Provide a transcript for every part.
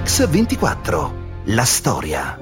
Mix24. La storia.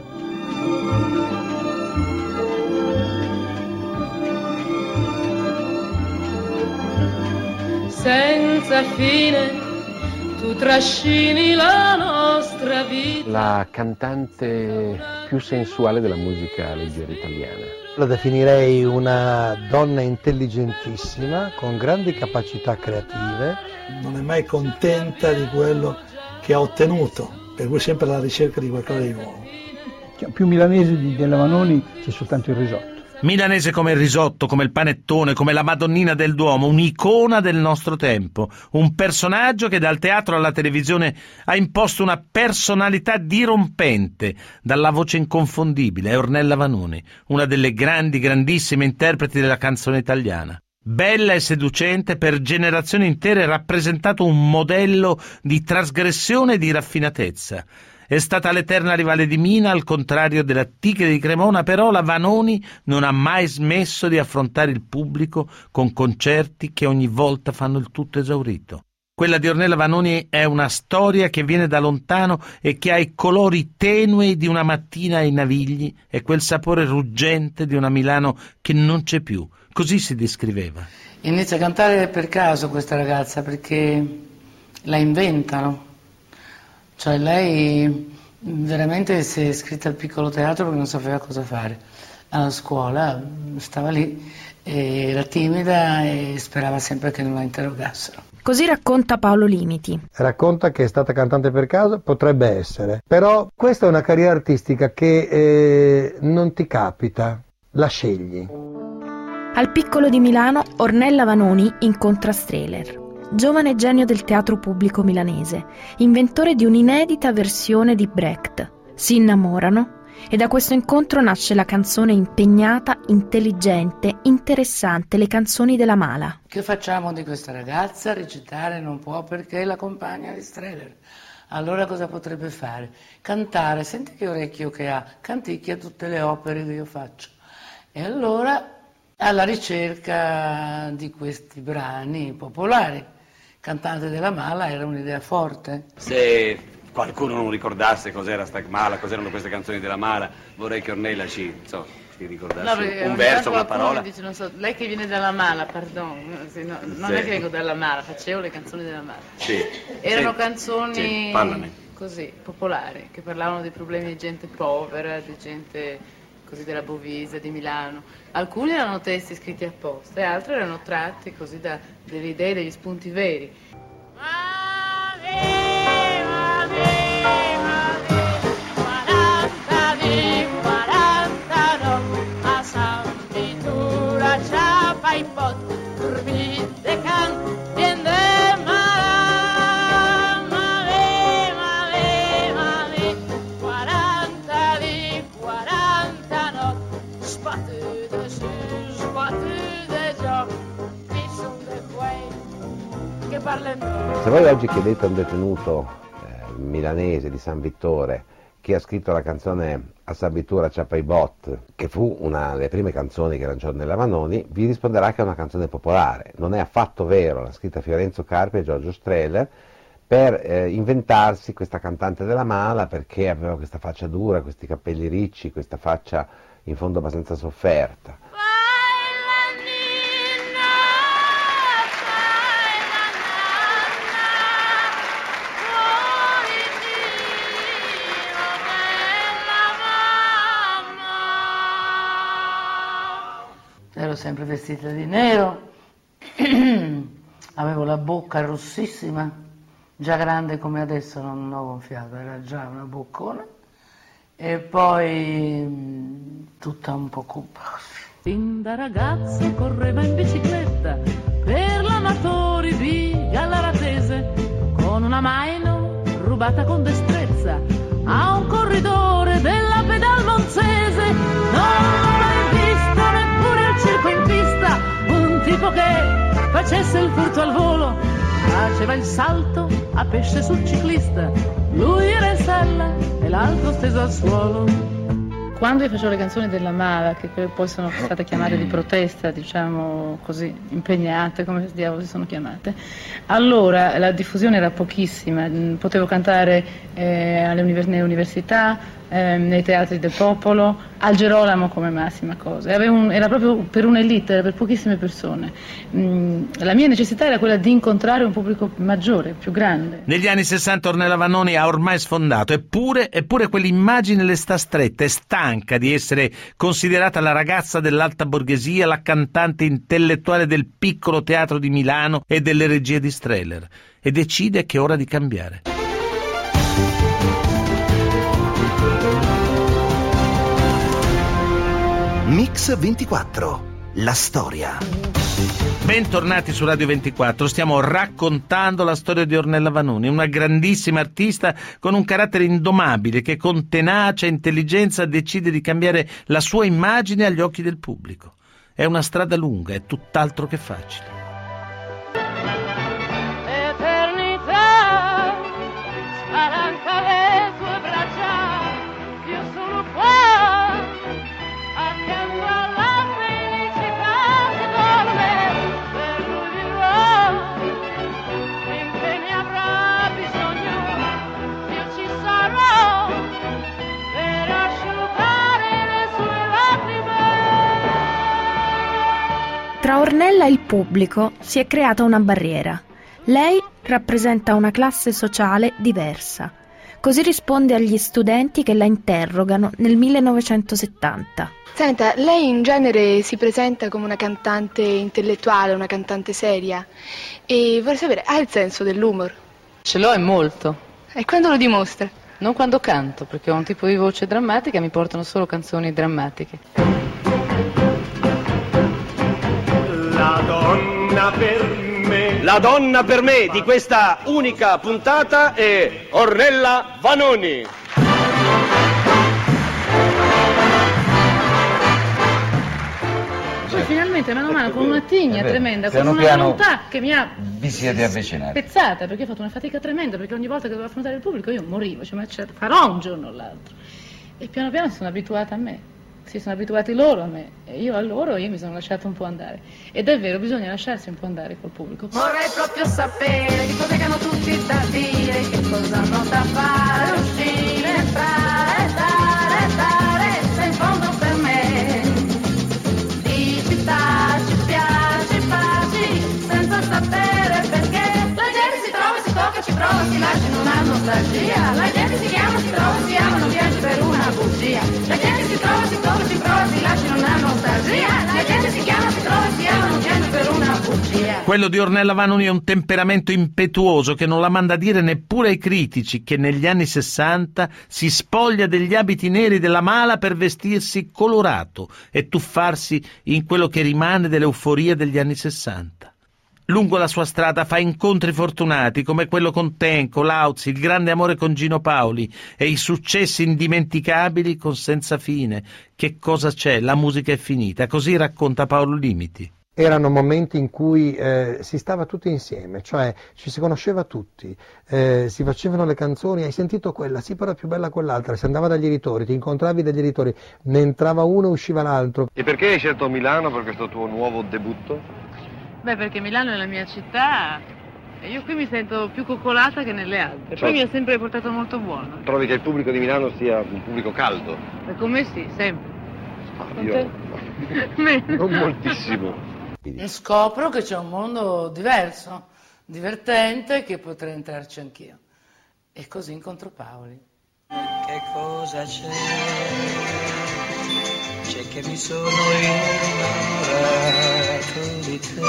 Senza fine tu trascini la nostra vita. La cantante più sensuale della musica leggera italiana. La definirei una donna intelligentissima, con grandi capacità creative. Non è mai contenta di quello che ha ottenuto, per cui sempre alla ricerca di qualcosa di nuovo. Più milanese della Vanoni c'è soltanto il risotto. Milanese come il risotto, come il panettone, come la Madonnina del Duomo, un'icona del nostro tempo, un personaggio che dal teatro alla televisione ha imposto una personalità dirompente, dalla voce inconfondibile, è Ornella Vanoni, una delle grandissime interpreti della canzone italiana. Bella e seducente, per generazioni intere ha rappresentato un modello di trasgressione e di raffinatezza. È stata l'eterna rivale di Mina, al contrario della Tigre di Cremona, però la Vanoni non ha mai smesso di affrontare il pubblico con concerti che ogni volta fanno il tutto esaurito. Quella di Ornella Vanoni è una storia che viene da lontano e che ha i colori tenui di una mattina ai Navigli e quel sapore ruggente di una Milano che non c'è più. Così si descriveva. Inizia a cantare per caso questa ragazza, perché la inventano. Cioè lei veramente si è iscritta al piccolo teatro perché non sapeva cosa fare. Alla scuola stava lì, era timida e sperava sempre che non la interrogassero. Così racconta Paolo Limiti. Racconta che è stata cantante per caso, potrebbe essere. Però questa è una carriera artistica che non ti capita, la scegli. Al Piccolo di Milano, Ornella Vanoni incontra Strehler, giovane genio del teatro pubblico milanese, inventore di un'inedita versione di Brecht. Si innamorano e da questo incontro nasce la canzone impegnata, intelligente, interessante, Le canzoni della Mala. Che facciamo di questa ragazza? Recitare non può perché è la compagna di Strehler. Allora cosa potrebbe fare? Cantare, senti che orecchio che ha, canticchia tutte le opere che io faccio. E allora alla ricerca di questi brani popolari. Cantante della Mala era un'idea forte. Se qualcuno non ricordasse cos'era sta Mala, cos'erano queste canzoni della Mala, vorrei che Ornella ci ricordasse un verso, una parola. Dice, non so, lei che viene dalla Mala, pardon, non è che vengo dalla Mala, facevo le canzoni della Mala. Sì. Erano canzoni sì, così, popolari, che parlavano dei problemi di gente povera, di gente così della Bovisa, di Milano. Alcuni erano testi scritti apposta e altri erano tratti così da delle idee, degli spunti veri. Se voi oggi chiedete a un detenuto milanese di San Vittore che ha scritto la canzone A San Vittore Ciappa i Bot, che fu una delle prime canzoni che lanciò Ornella Vanoni, vi risponderà che è una canzone popolare. Non è affatto vero, l'ha scritta Fiorenzo Carpi e Giorgio Strehler per inventarsi questa cantante della Mala, perché aveva questa faccia dura, questi capelli ricci, questa faccia in fondo abbastanza sofferta. Ero sempre vestita di nero, avevo la bocca rossissima, già grande come adesso, non ho gonfiato, era già una boccona, e poi tutta un po' cupa. Fin da ragazzo correva in bicicletta per l'Amatori di Gallaratese, con una Maino rubata con destrezza a un corridore della Pedalmonzese. Non l'ho mai visto neppure al circo in pista un tipo che facesse il furto al volo, faceva il salto a pesce sul ciclista, lui era in sella e l'altro steso al suolo. quando io facevo le canzoni della Mala, che poi sono state chiamate di protesta, diciamo così, impegnate, come diavolo si sono chiamate, allora la diffusione era pochissima, potevo cantare nelle università, nei teatri del popolo, al Gerolamo come massima cosa. Era proprio per un'elite, era per pochissime persone. La mia necessità era quella di incontrare un pubblico maggiore, più grande. Negli anni 60 Ornella Vanoni ha ormai sfondato, eppure quell'immagine le sta stretta, è stanca di essere considerata la ragazza dell'alta borghesia, la cantante intellettuale del piccolo teatro di Milano e delle regie di Strehler, e decide che è ora di cambiare. Mix 24, la storia. Bentornati su Radio 24, stiamo raccontando la storia di Ornella Vanoni, una grandissima artista con un carattere indomabile che con tenacia e intelligenza decide di cambiare la sua immagine agli occhi del pubblico. È una strada lunga, è tutt'altro che facile. Eternità, spalanca le tue braccia, io sono qua, accanto alla felicità che dorme, per lui vivrò, finché ne avrà bisogno, io ci sarò, per asciugare le sue lacrime. Tra Ornella e il pubblico si è creata una barriera. Lei rappresenta una classe sociale diversa. Così risponde agli studenti che la interrogano nel 1970. Senta, lei in genere si presenta come una cantante intellettuale, una cantante seria. E vorrei sapere, ha il senso dell'humor? Ce l'ho e molto. E quando lo dimostra? Non quando canto, perché ho un tipo di voce drammatica e mi portano solo canzoni drammatiche. La donna per me. La donna per me di questa unica puntata è Ornella Vanoni. Poi finalmente mano a mano con una tigna tremenda, con una volontà che mi ha vi siete avvicinati. spezzata, perché ho fatto una fatica tremenda, perché ogni volta che dovevo affrontare il pubblico io morivo, cioè, ma certo, farò un giorno o l'altro. E piano piano si sono abituata a me. Si sono abituati loro a me e io a loro, io mi sono lasciata un po' andare. Ed è vero, bisogna lasciarsi un po' andare col pubblico. Vorrei proprio sapere che cosa che hanno tutti da dire, che cosa hanno da fare, uscire, entrare, stare, se in fondo per me di città ci piace farci senza sapere perché. La gente si trova, si tocca, ci prova, si lascia in una nostalgia. La gente si chiama, si trova, si ama, non viaggia per una bugia. La gente si trova, si tocca, si prova, si lascia in una nostalgia. La gente si chiama, si trova, si ama, non viaggia per una bugia. Quello di Ornella Vanoni è un temperamento impetuoso che non la manda a dire neppure ai critici che negli anni 60 si spoglia degli abiti neri della Mala per vestirsi colorato e tuffarsi in quello che rimane dell'euforia degli anni 60. Lungo la sua strada fa incontri fortunati come quello con Tenco, Lauzi, il grande amore con Gino Paoli e i successi indimenticabili con Senza fine. Che cosa c'è? La musica è finita. Così racconta Paolo Limiti. Erano momenti in cui si stava tutti insieme, cioè ci si conosceva tutti, si facevano le canzoni, hai sentito quella, sì però è più bella quell'altra, si andava dagli editori, ti incontravi dagli editori, ne entrava uno e usciva l'altro. E perché hai scelto Milano per questo tuo nuovo debutto? Beh, perché Milano è la mia città e io qui mi sento più coccolata che nelle altre. Poi mi ha sempre portato molto buono. Trovi che il pubblico di Milano sia un pubblico caldo? E con me sì, sempre. Io non moltissimo. Scopro che c'è un mondo diverso, divertente, che potrei entrarci anch'io. E così incontro Paoli. Che cosa c'è? C'è che mi sono innamorato di te.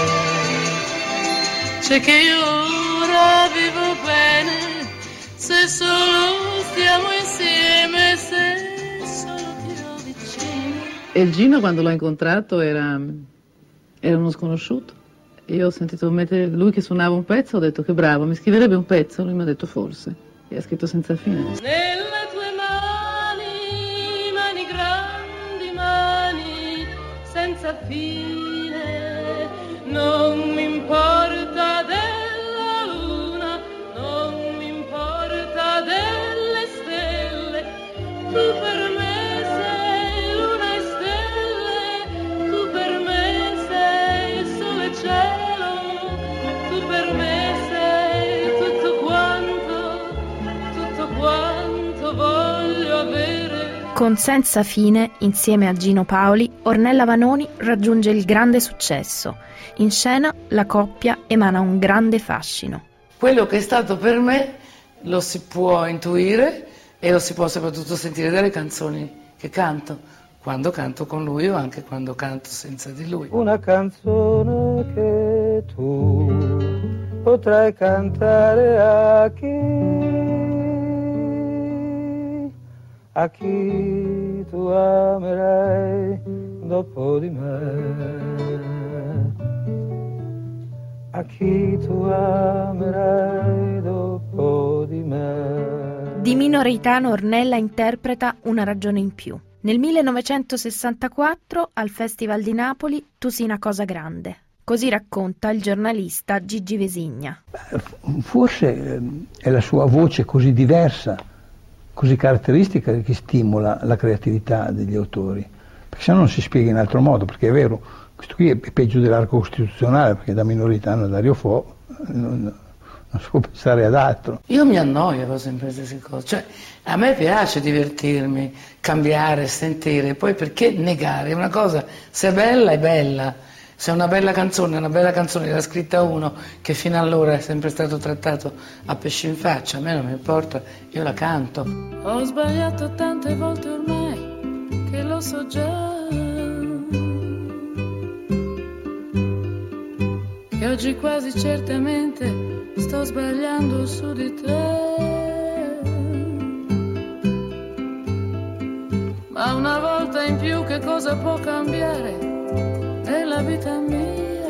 C'è che io ora vivo bene, se solo stiamo insieme, se solo ti ho vicino. E il Gino quando l'ho incontrato era uno sconosciuto. Io ho sentito mettere lui che suonava un pezzo, ho detto che bravo, mi scriverebbe un pezzo, lui mi ha detto forse. E ha scritto Senza fine. Nelle tue mani, mani grandi, mani senza fine, non mi importa della luna, non mi importa delle stelle, tu per me sei Con Senza fine, insieme a Gino Paoli, Ornella Vanoni raggiunge il grande successo. In scena la coppia emana un grande fascino. Quello che è stato per me lo si può intuire e lo si può soprattutto sentire dalle canzoni che canto, quando canto con lui o anche quando canto senza di lui. Una canzone che tu potrai cantare a chi tu amerai dopo di me, a chi tu amerai dopo di me. Di Mino Reitano Ornella interpreta Una ragione in più. Nel 1964 al Festival di Napoli Tu sei una cosa grande. Così racconta il giornalista Gigi Vesigna. Forse è la sua voce così diversa, così caratteristica, che stimola la creatività degli autori, perché se no non si spiega in altro modo, perché è vero, questo qui è peggio dell'arco costituzionale, perché da Mino Reitano a Dario Fo non si può pensare ad altro. Io mi annoio sempre queste cose, cioè a me piace divertirmi, cambiare, sentire, poi perché negare? Una cosa, se è bella, se è una bella canzone l'ha scritta uno che fino allora è sempre stato trattato a pesci in faccia, a me non mi importa, io la canto. Ho sbagliato tante volte ormai, che lo so già, che oggi quasi certamente sto sbagliando su di te, ma una volta in più che cosa può cambiare nella vita mia?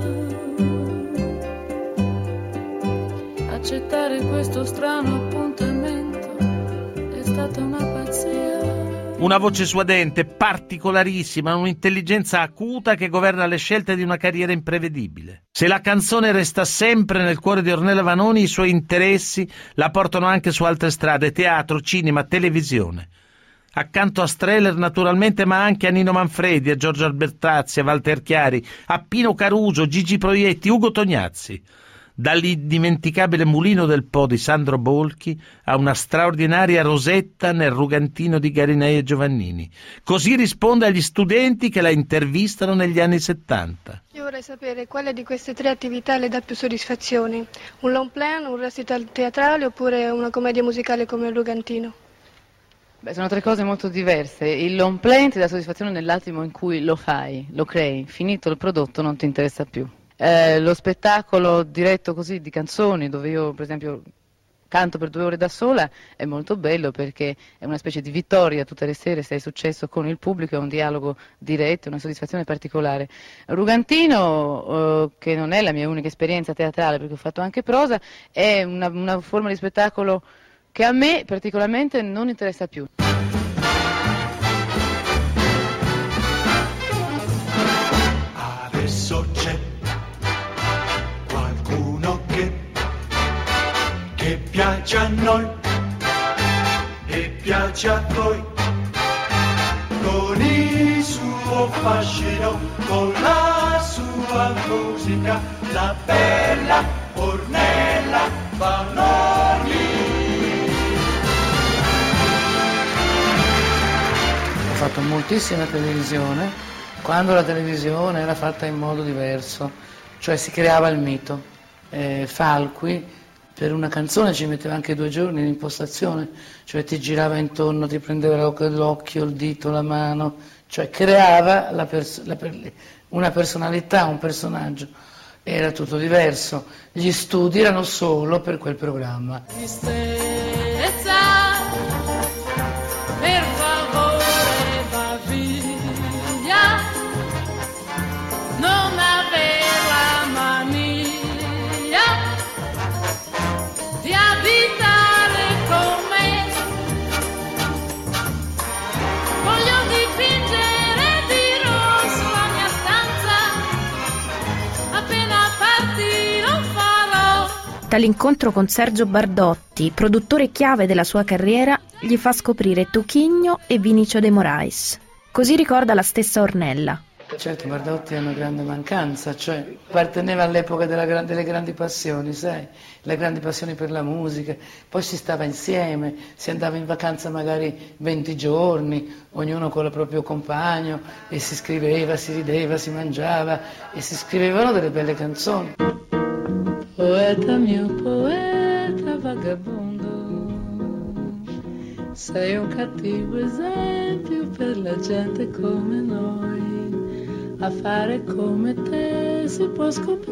Accettare questo strano appuntamento è stata una pazzia. Una voce suadente, particolarissima, un'intelligenza acuta che governa le scelte di una carriera imprevedibile. Se la canzone resta sempre nel cuore di Ornella Vanoni, i suoi interessi la portano anche su altre strade: teatro, cinema, televisione. Accanto a Strehler naturalmente, ma anche a Nino Manfredi, a Giorgio Albertazzi, a Walter Chiari, a Pino Caruso, Gigi Proietti, Ugo Tognazzi. Dall'indimenticabile Mulino del Po di Sandro Bolchi a una straordinaria Rosetta nel Rugantino di Garinei e Giovannini. Così risponde agli studenti che la intervistano negli anni 70. Io vorrei sapere quale di queste tre attività le dà più soddisfazioni: un long plan, un recital teatrale oppure una commedia musicale come il Rugantino? Beh, sono tre cose molto diverse. Il long play ti dà soddisfazione nell'attimo in cui lo fai, lo crei, finito il prodotto non ti interessa più. Lo spettacolo diretto così di canzoni, dove io per esempio canto per 2 ore da sola, è molto bello perché è una specie di vittoria tutte le sere se hai successo con il pubblico, è un dialogo diretto, una soddisfazione particolare. Rugantino, che non è la mia unica esperienza teatrale perché ho fatto anche prosa, è una forma di spettacolo che a me particolarmente non interessa più. Adesso c'è qualcuno che piace a noi e piace a voi, con il suo fascino, con la sua musica, la bella Ornella Vanoni. Ho fatto moltissima televisione, quando la televisione era fatta in modo diverso, cioè si creava il mito. Falqui per una canzone ci metteva anche 2 giorni in impostazione, cioè ti girava intorno, ti prendeva l'occhio, il dito, la mano, cioè creava una personalità, un personaggio. Era tutto diverso, gli studi erano solo per quel programma. Tristezza, per favore va via, non aver la mania di abitare con me. Voglio dipingere di rosso la mia stanza, appena parti lo farò. Dall'incontro con Sergio Bardotti, produttore chiave della sua carriera, gli fa scoprire Tuchigno e Vinicio de Moraes. Così ricorda la stessa Ornella. Certo, Bardotti è una grande mancanza, cioè apparteneva all'epoca delle grandi passioni, sai, le grandi passioni per la musica, poi si stava insieme, si andava in vacanza magari 20 giorni, ognuno con il proprio compagno, e si scriveva, si rideva, si mangiava e si scrivevano delle belle canzoni. Poeta mio poeta vagabondo, sei un cattivo esempio per la gente come noi. A fare come te si può scoprire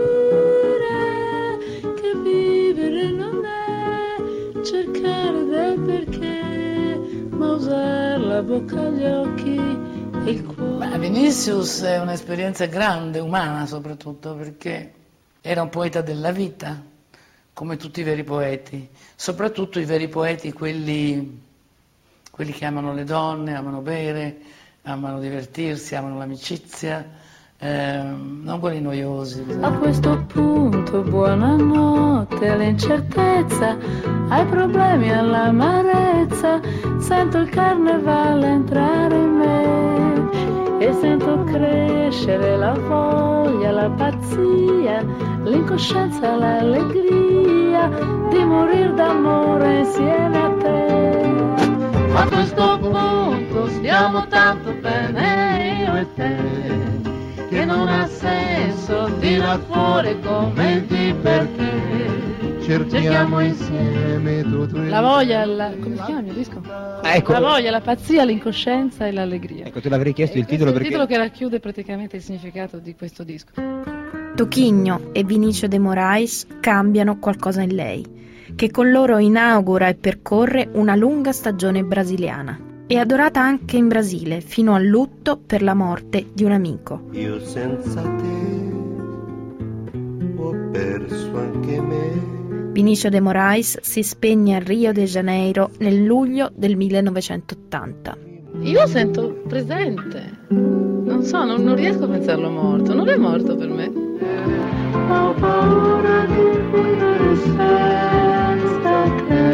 che vivere non è cercare del perché, ma usare la bocca, gli occhi e il cuore. Ma Vinicius è un'esperienza grande, umana soprattutto, perché era un poeta della vita, come tutti i veri poeti, soprattutto i veri poeti, quelli che amano le donne, amano bere, amano divertirsi, amano l'amicizia, non quelli noiosi. A questo punto buonanotte all'incertezza, ai problemi, all'amarezza, sento il carnevale entrare in me e sento crescere la voglia, la pazzia, l'incoscienza, l'allegria di morir d'amore insieme a te. A questo punto stiamo tanto bene io e te, che non ha senso tirar fuori commenti perché cerchiamo insieme tutto il... La voglia, come si chiama il mio disco? Ecco. La voglia, la pazzia, l'incoscienza e l'allegria. Ecco, te l'avrei chiesto il titolo perché... È il titolo che racchiude praticamente il significato di questo disco. Toquinho e Vinicio de Moraes cambiano qualcosa in lei, che con loro inaugura e percorre una lunga stagione brasiliana. È adorata anche in Brasile, fino al lutto per la morte di un amico. Io senza te ho perso anche me. Vinicio de Moraes si spegne a Rio de Janeiro nel luglio del 1980. Io sento presente, non so, non riesco a pensarlo morto, non è morto per me. Ho paura di vivere senza te.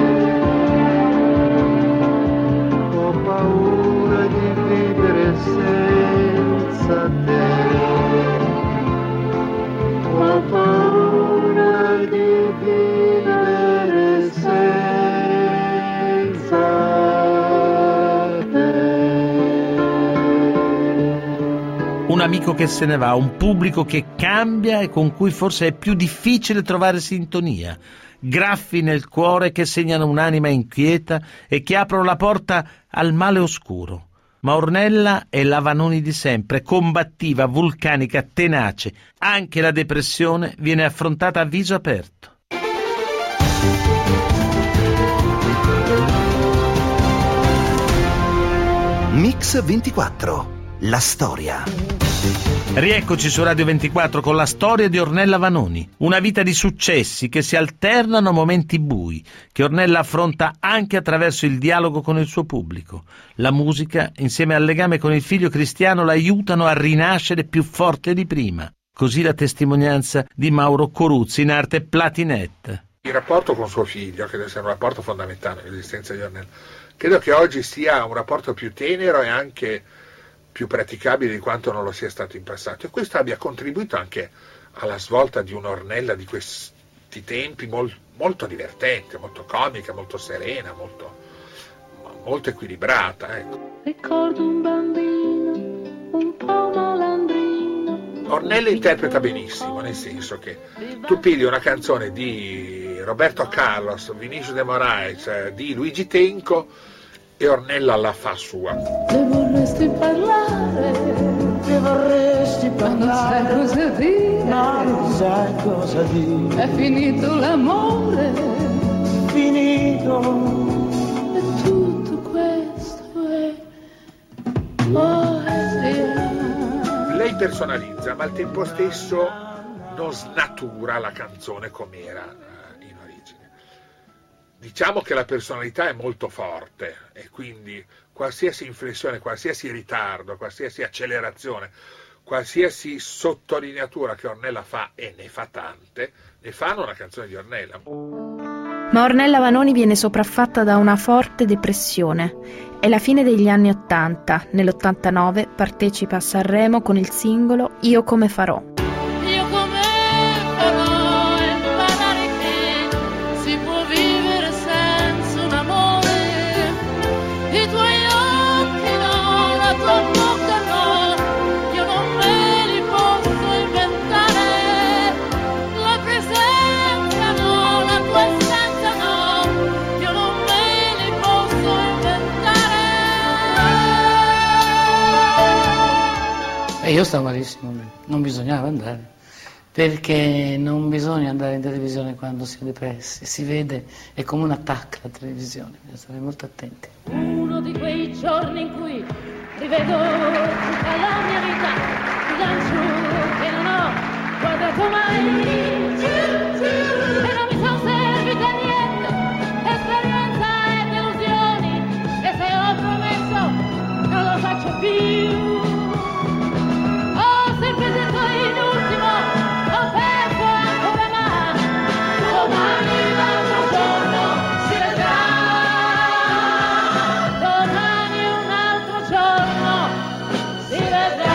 Ho paura di vivere senza te. Ho paura di vivere senza te. Un amico che se ne va, un pubblico che cambia e con cui forse è più difficile trovare sintonia. Graffi nel cuore che segnano un'anima inquieta e che aprono la porta al male oscuro. Ma Ornella è la Vanoni di sempre, combattiva, vulcanica, tenace. Anche la depressione viene affrontata a viso aperto. Mix 24, la storia. Rieccoci su Radio 24 con la storia di Ornella Vanoni, una vita di successi che si alternano a momenti bui, che Ornella affronta anche attraverso il dialogo con il suo pubblico. La musica, insieme al legame con il figlio Cristiano, l'aiutano a rinascere più forte di prima. Così la testimonianza di Mauro Coruzzi, in arte Platinette. Il rapporto con suo figlio, che deve essere un rapporto fondamentale nell'esistenza di Ornella, credo che oggi sia un rapporto più tenero e anche più praticabile di quanto non lo sia stato in passato, e questo abbia contribuito anche alla svolta di un'Ornella di questi tempi molto divertente, molto comica, molto serena, molto equilibrata. Ecco. Ricordo un bambino un po' malandrino. Ornella interpreta benissimo, nel senso che tu pigli una canzone di Roberto Carlos, Vinicio de Moraes, di Luigi Tenco, e Ornella la fa sua. Se vorresti parlare, non sai cosa dire, non sai cosa dire. È finito l'amore, finito. E tutto questo è poesia. Lei personalizza, ma al tempo stesso non snatura la canzone com'era in origine. Diciamo che la personalità è molto forte e quindi qualsiasi inflessione, qualsiasi ritardo, qualsiasi accelerazione, qualsiasi sottolineatura che Ornella fa, e ne fa tante, ne fanno una canzone di Ornella. Ma Ornella Vanoni viene sopraffatta da una forte depressione. È la fine degli anni '80. Nell'89 partecipa a Sanremo con il singolo Io come farò. Io come farò a imparare che si può vivere senza un amore? I tuoi occhi no, la tua bocca no, io non me li posso inventare. La presenza no, la tua essenza no, io non me li posso inventare. E io stavo malissimo, non bisognava andare, perché non bisogna andare in televisione quando si è depressi, si vede, è come un attacco la televisione, bisogna stare molto attenti. Uno di quei giorni in cui rivedo tutta la mia vita, ti lancio che non ho guardato mai. E non mi sono servita a niente, esperienza e delusioni, e se ho promesso non lo faccio più. Ho sempre detto in ultimo, ho perso ancora ma domani l'altro giorno si vedrà. Domani un altro giorno si vedrà.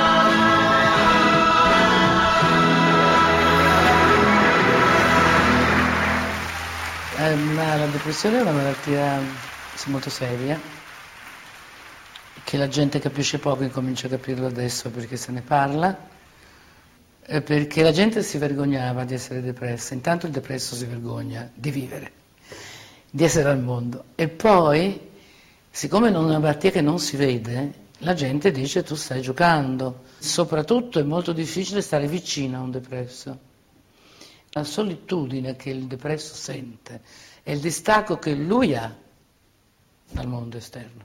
Ma la depressione è una malattia molto seria, che la gente capisce poco, incomincia a capirlo adesso perché se ne parla, perché la gente si vergognava di essere depressa. Intanto il depresso si vergogna di vivere, di essere al mondo, e poi, siccome è una malattia che non si vede, la gente dice tu stai giocando. Soprattutto è molto difficile stare vicino a un depresso. La solitudine che il depresso sente e il distacco che lui ha dal mondo esterno.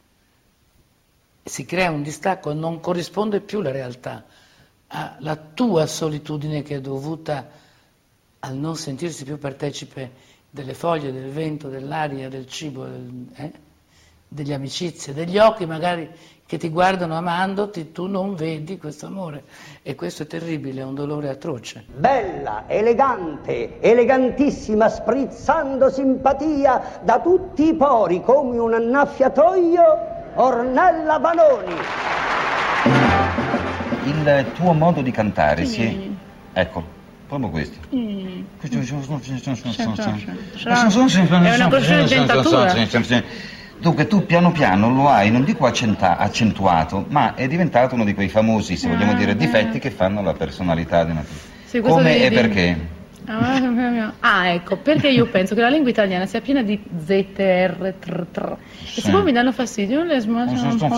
Si crea un distacco, non corrisponde più la realtà alla tua solitudine che è dovuta al non sentirsi più partecipe delle foglie, del vento, dell'aria, del cibo, degli amicizie, degli occhi magari che ti guardano amandoti, tu non vedi questo amore, e questo è terribile, è un dolore atroce. Bella, elegante, elegantissima, sprizzando simpatia da tutti i pori come un annaffiatoio, Ornella Vanoni. Il tuo modo di cantare si... Ecco, proprio questo. È una questione di dentatura. Dunque tu piano piano lo hai, non dico accentuato, ma è diventato uno di quei famosi, se vogliamo dire, difetti che fanno la personalità di una... Sì, come e perché? Ecco, perché io penso che la lingua italiana sia piena di ZR, tr. E siccome mi danno fastidio, non le smancio un po'.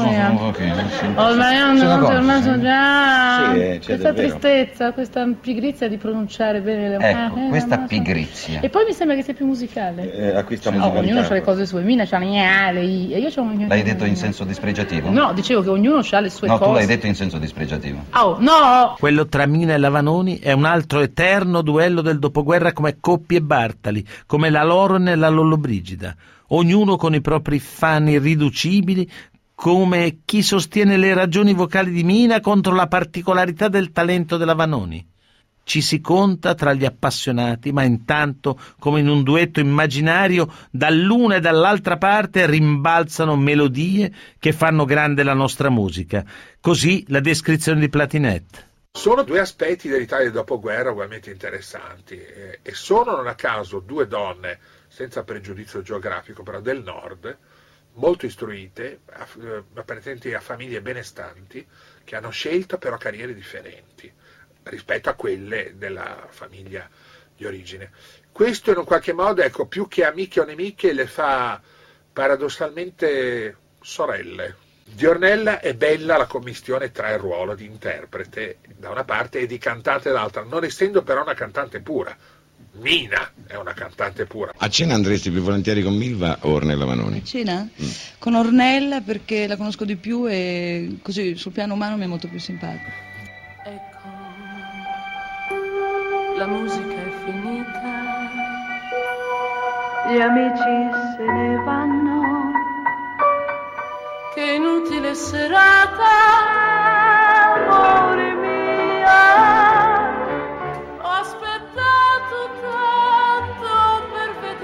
Questa tristezza, questa pigrizia di pronunciare bene le ecco, questa pigrizia. E poi mi sembra che sia più musicale. Acquista musicalità. Ognuno ha le cose sue, Mina c'ha le i, e io c'ho un... L'hai detto in senso dispregiativo? No, dicevo che ognuno ha le sue cose. No, tu l'hai detto in senso dispregiativo. Oh, no! Quello tra Mina e la Vanoni è un altro eterno duello del dopoguerra come Coppi e Bartali, come la Loren e la Lollobrigida, ognuno con i propri fan irriducibili, come chi sostiene le ragioni vocali di Mina contro la particolarità del talento della Vanoni. Ci si conta tra gli appassionati, ma intanto, come in un duetto immaginario, dall'una e dall'altra parte rimbalzano melodie che fanno grande la nostra musica. Così la descrizione di Platinet. Sono due aspetti dell'Italia del dopoguerra ugualmente interessanti e sono non a caso due donne, senza pregiudizio geografico, però del nord, molto istruite, appartenenti a famiglie benestanti, che hanno scelto però carriere differenti rispetto a quelle della famiglia di origine. Questo in un qualche modo, ecco, più che amiche o nemiche, le fa paradossalmente sorelle. Di Ornella è bella la commistione tra il ruolo di interprete da una parte e di cantante dall'altra, non essendo però una cantante pura. Mina è una cantante pura. A cena andresti più volentieri con Milva o Ornella Vanoni? A cena? Con Ornella, perché la conosco di più e così sul piano umano mi è molto più simpatica. Ecco, la musica è finita, gli amici se ne vanno, che inutile serata, amore mia, ho aspettato tanto per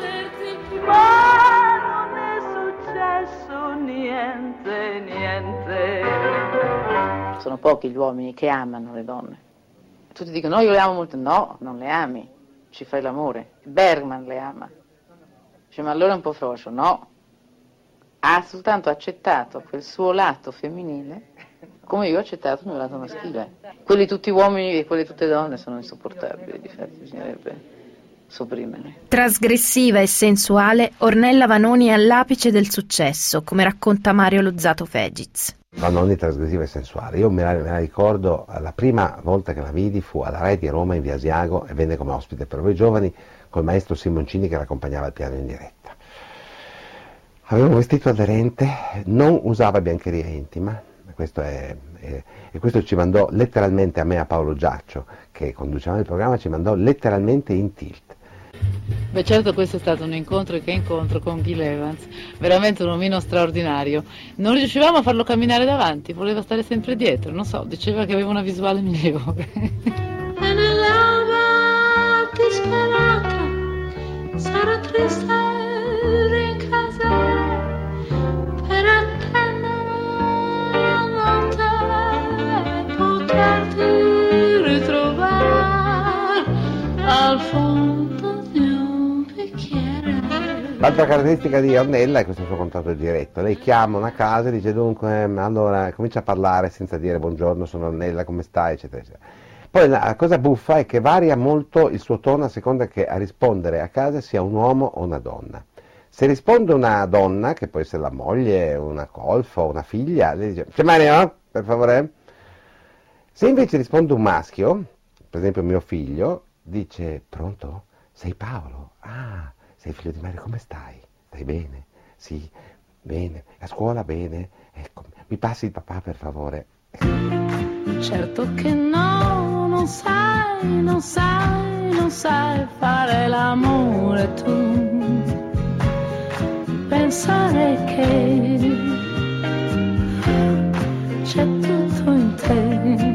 pochi gli uomini che amano le donne. Tutti dicono, no, io le amo molto. No, non le ami, ci fai l'amore. Bergman le ama. Dice, ma allora è un po' frocio. No, ha soltanto accettato quel suo lato femminile come io ho accettato il mio lato maschile. Quelli tutti uomini e quelli tutte donne sono insopportabili, difatti bisognerebbe sopprimerli. Trasgressiva e sensuale, Ornella Vanoni è all'apice del successo, come racconta Mario Lozzato Fegiz. Vanoni trasgressiva e sensuale. Io me la ricordo, la prima volta che la vidi fu alla Rai di Roma in via Asiago e venne come ospite per voi giovani col maestro Simoncini che l'accompagnava al piano in diretta. Aveva un vestito aderente, non usava biancheria intima, e questo ci mandò letteralmente a me e a Paolo Giaccio, che conduceva il programma, ci mandò letteralmente in tilt. Beh, certo, questo è stato un incontro con Gil Evans, veramente un uomino straordinario. Non riuscivamo a farlo camminare davanti, voleva stare sempre dietro, non so, diceva che aveva una visuale migliore. E nell'alba disperata sarà triste in casa per attendere la notte e poterti ritrovare al fondo di un bicchiere. L'altra caratteristica di Ornella è questo suo contatto diretto. Lei chiama una casa e dice dunque, allora comincia a parlare senza dire buongiorno, sono Ornella, come stai, eccetera, eccetera. Poi la cosa buffa è che varia molto il suo tono a seconda che a rispondere a casa sia un uomo o una donna. Se risponde una donna, che può essere la moglie, una colfa o una figlia, lei dice c'è Mario, per favore? Se invece risponde un maschio, per esempio mio figlio, dice pronto? Sei Paolo? Ah, sei figlio di Mario, come stai? Stai bene? Sì, bene. A scuola bene? Ecco, mi passi il papà per favore? Certo che no, non sai fare l'amore tu, pensare che c'è tutto in te.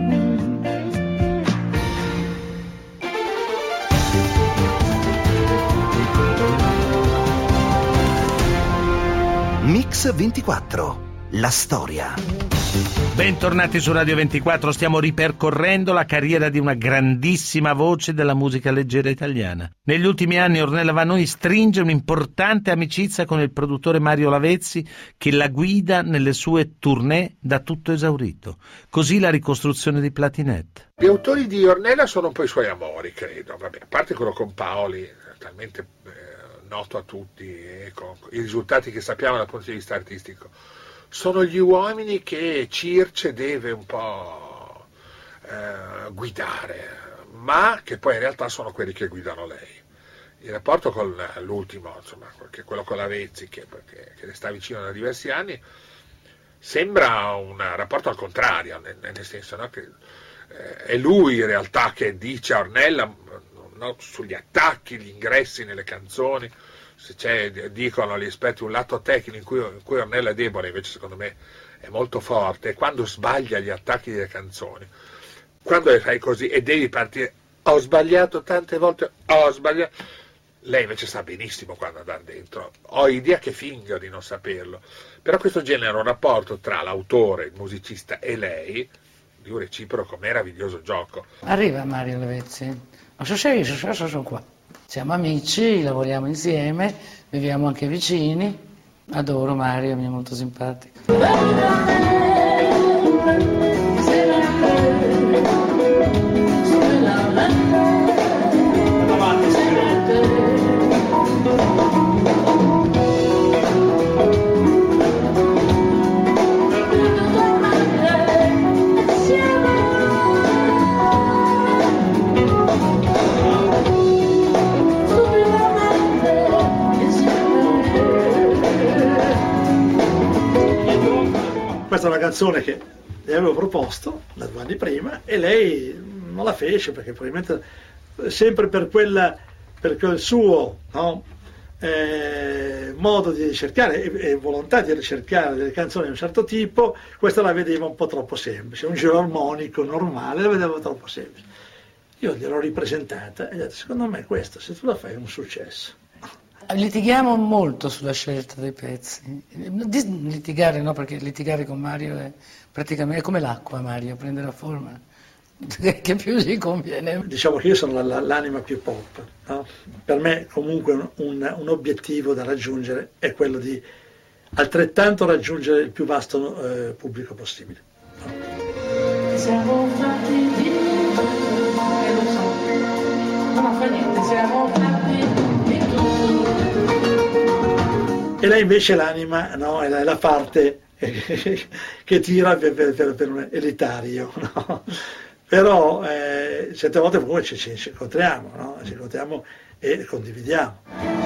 Mix 24, la storia. Bentornati su Radio 24, stiamo ripercorrendo la carriera di una grandissima voce della musica leggera italiana. Negli ultimi anni Ornella Vanoni stringe un'importante amicizia con il produttore Mario Lavezzi, che la guida nelle sue tournée da tutto esaurito. Così la ricostruzione di Platinette. Gli autori di Ornella sono un po' i suoi amori, credo. Vabbè, a parte quello con Paoli, talmente noto a tutti, e con i risultati che sappiamo dal punto di vista artistico. Sono gli uomini che Circe deve un po' guidare, ma che poi in realtà sono quelli che guidano lei. Il rapporto con l'ultimo, insomma, quello con Lavezzi, che le sta vicino da diversi anni, sembra un rapporto al contrario, nel senso, no, che è lui in realtà che dice a Ornella, no, sugli attacchi, gli ingressi nelle canzoni. Se c'è, dicono gli esperti, un lato tecnico in cui Ornella è debole, invece secondo me è molto forte, e quando sbaglia gli attacchi delle canzoni, quando le fai così e devi partire, ho sbagliato tante volte, ho sbagliato, lei invece sa benissimo quando andare dentro, ho idea che finga di non saperlo, però questo genera un rapporto tra l'autore, il musicista e lei, di un reciproco meraviglioso gioco. Arriva Mario Lavezzi, sono qua. Siamo amici, lavoriamo insieme, viviamo anche vicini. Adoro Mario, mi è molto simpatico. Questa è una canzone che le avevo proposto da 2 anni prima e lei non la fece perché probabilmente sempre per quel suo, no, modo di cercare e volontà di ricercare delle canzoni di un certo tipo, questa la vedeva un po' troppo semplice, un giro armonico normale la vedevo troppo semplice. Io gliel'ho ripresentata e ho detto secondo me questo se tu la fai è un successo. Litighiamo molto sulla scelta dei pezzi. Litigare no, perché litigare con Mario è praticamente come l'acqua, Mario, prende la forma che più ci conviene. Diciamo che io sono l'anima più pop, no? Per me comunque un obiettivo da raggiungere è quello di altrettanto raggiungere il più vasto pubblico possibile. Siamo fatti di lo so, non fa niente, siamo fatti di tutto. E lei invece l'anima, no? È la parte che tira per un elitario, no? Però certe volte comunque ci incontriamo, no? Ci incontriamo e condividiamo.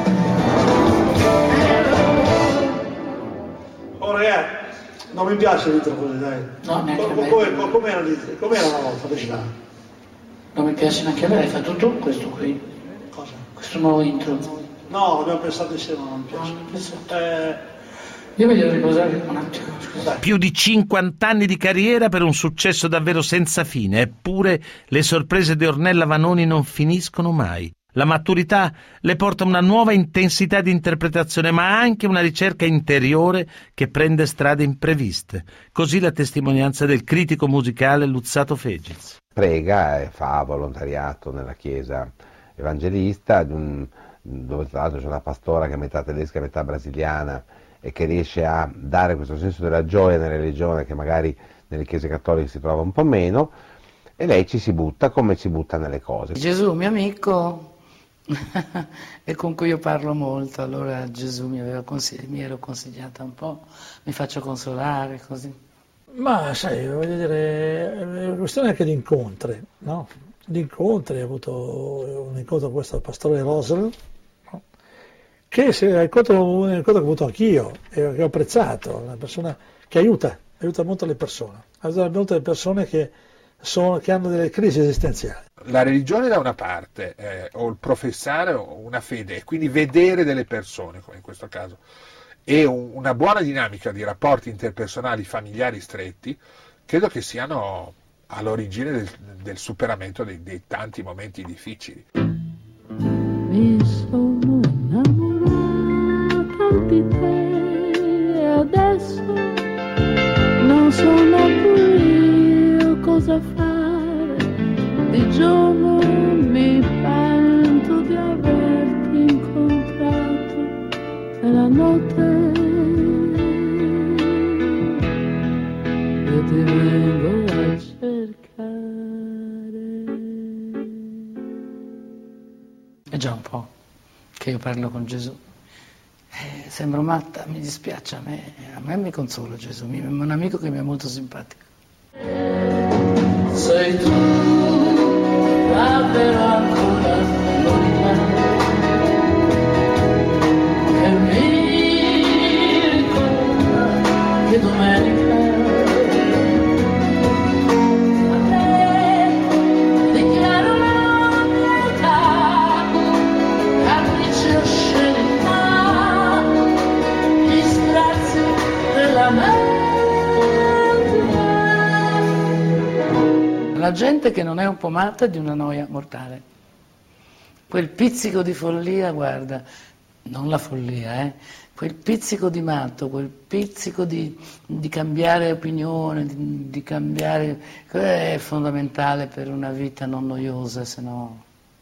Oh ragazzi, non mi piace l'intro così, dai. No, neanche a me. Com'era una volta? Non mi piace neanche a me, hai fatto tu questo qui? Cosa? Questo nuovo intro. No, abbiamo pensato insieme, non mi piace. Io mi devo riposare un attimo, scusate. Più di 50 anni di carriera per un successo davvero senza fine, eppure le sorprese di Ornella Vanoni non finiscono mai. La maturità le porta una nuova intensità di interpretazione, ma anche una ricerca interiore che prende strade impreviste. Così la testimonianza del critico musicale Luzzato Fegiz. Prega e fa volontariato nella chiesa evangelista, dove tra l'altro c'è una pastora che è metà tedesca e metà brasiliana, e che riesce a dare questo senso della gioia nella religione che magari nelle chiese cattoliche si trova un po' meno, e lei ci si butta come ci butta nelle cose. Gesù, mio amico, e con cui io parlo molto, allora Gesù mi ero consigliata un po', mi faccio consolare, così. Ma sai, voglio dire, è una questione anche di incontri, no? Di incontri, ho avuto un incontro con questo pastore Rosel, che è un incontro che ho avuto anch'io e che ho apprezzato, una persona che aiuta molto le persone, aiuta molto le persone che hanno delle crisi esistenziali. La religione da una parte, o il professare una fede, e quindi vedere delle persone, come in questo caso, e una buona dinamica di rapporti interpersonali, familiari stretti, credo che siano all'origine del superamento dei tanti momenti difficili. Mi sono innamorata di te e adesso non sono più io cosa fare. Di giorno mi pento di averti incontrato e la notte io ti vengo a cercare. È già un po' che io parlo con Gesù. Sembro matta, mi dispiace, a me mi consola Gesù, è un amico che mi è molto simpatico. Sei tu davvero ancora l'unica che mi ricorda che domenica la gente che non è un po' matta di una noia mortale. Quel pizzico di follia, guarda, non la follia, quel pizzico di matto, quel pizzico di cambiare opinione, di cambiare, è fondamentale per una vita non noiosa, se no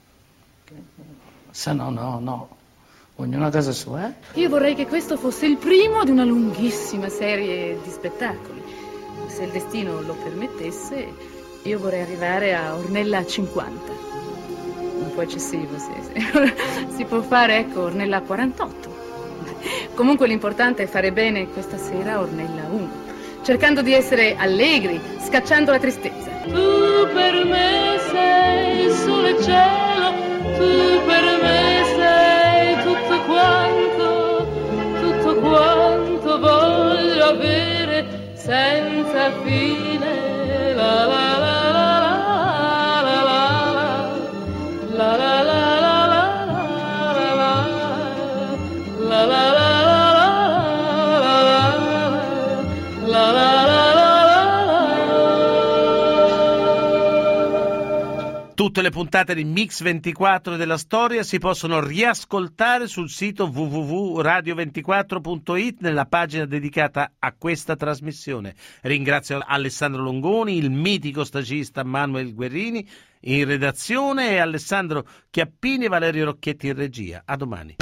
no. Ognuno a casa sua, Io vorrei che questo fosse il primo di una lunghissima serie di spettacoli. Se il destino lo permettesse, io vorrei arrivare a Ornella 50. Un po' eccessivo, sì. Si può fare, ecco, Ornella 48. Comunque l'importante è fare bene questa sera Ornella 1, cercando di essere allegri, scacciando la tristezza. Tu per me sei il sole e cielo, tu per me sei tutto quanto voglio avere senza fine. La la la la la la la la Tutte le puntate di Mix 24 della storia si possono riascoltare sul sito www.radio24.it nella pagina dedicata a questa trasmissione. Ringrazio Alessandro Longoni, il mitico stagista Manuel Guerrini in redazione e Alessandro Chiappini e Valerio Rocchetti in regia. A domani.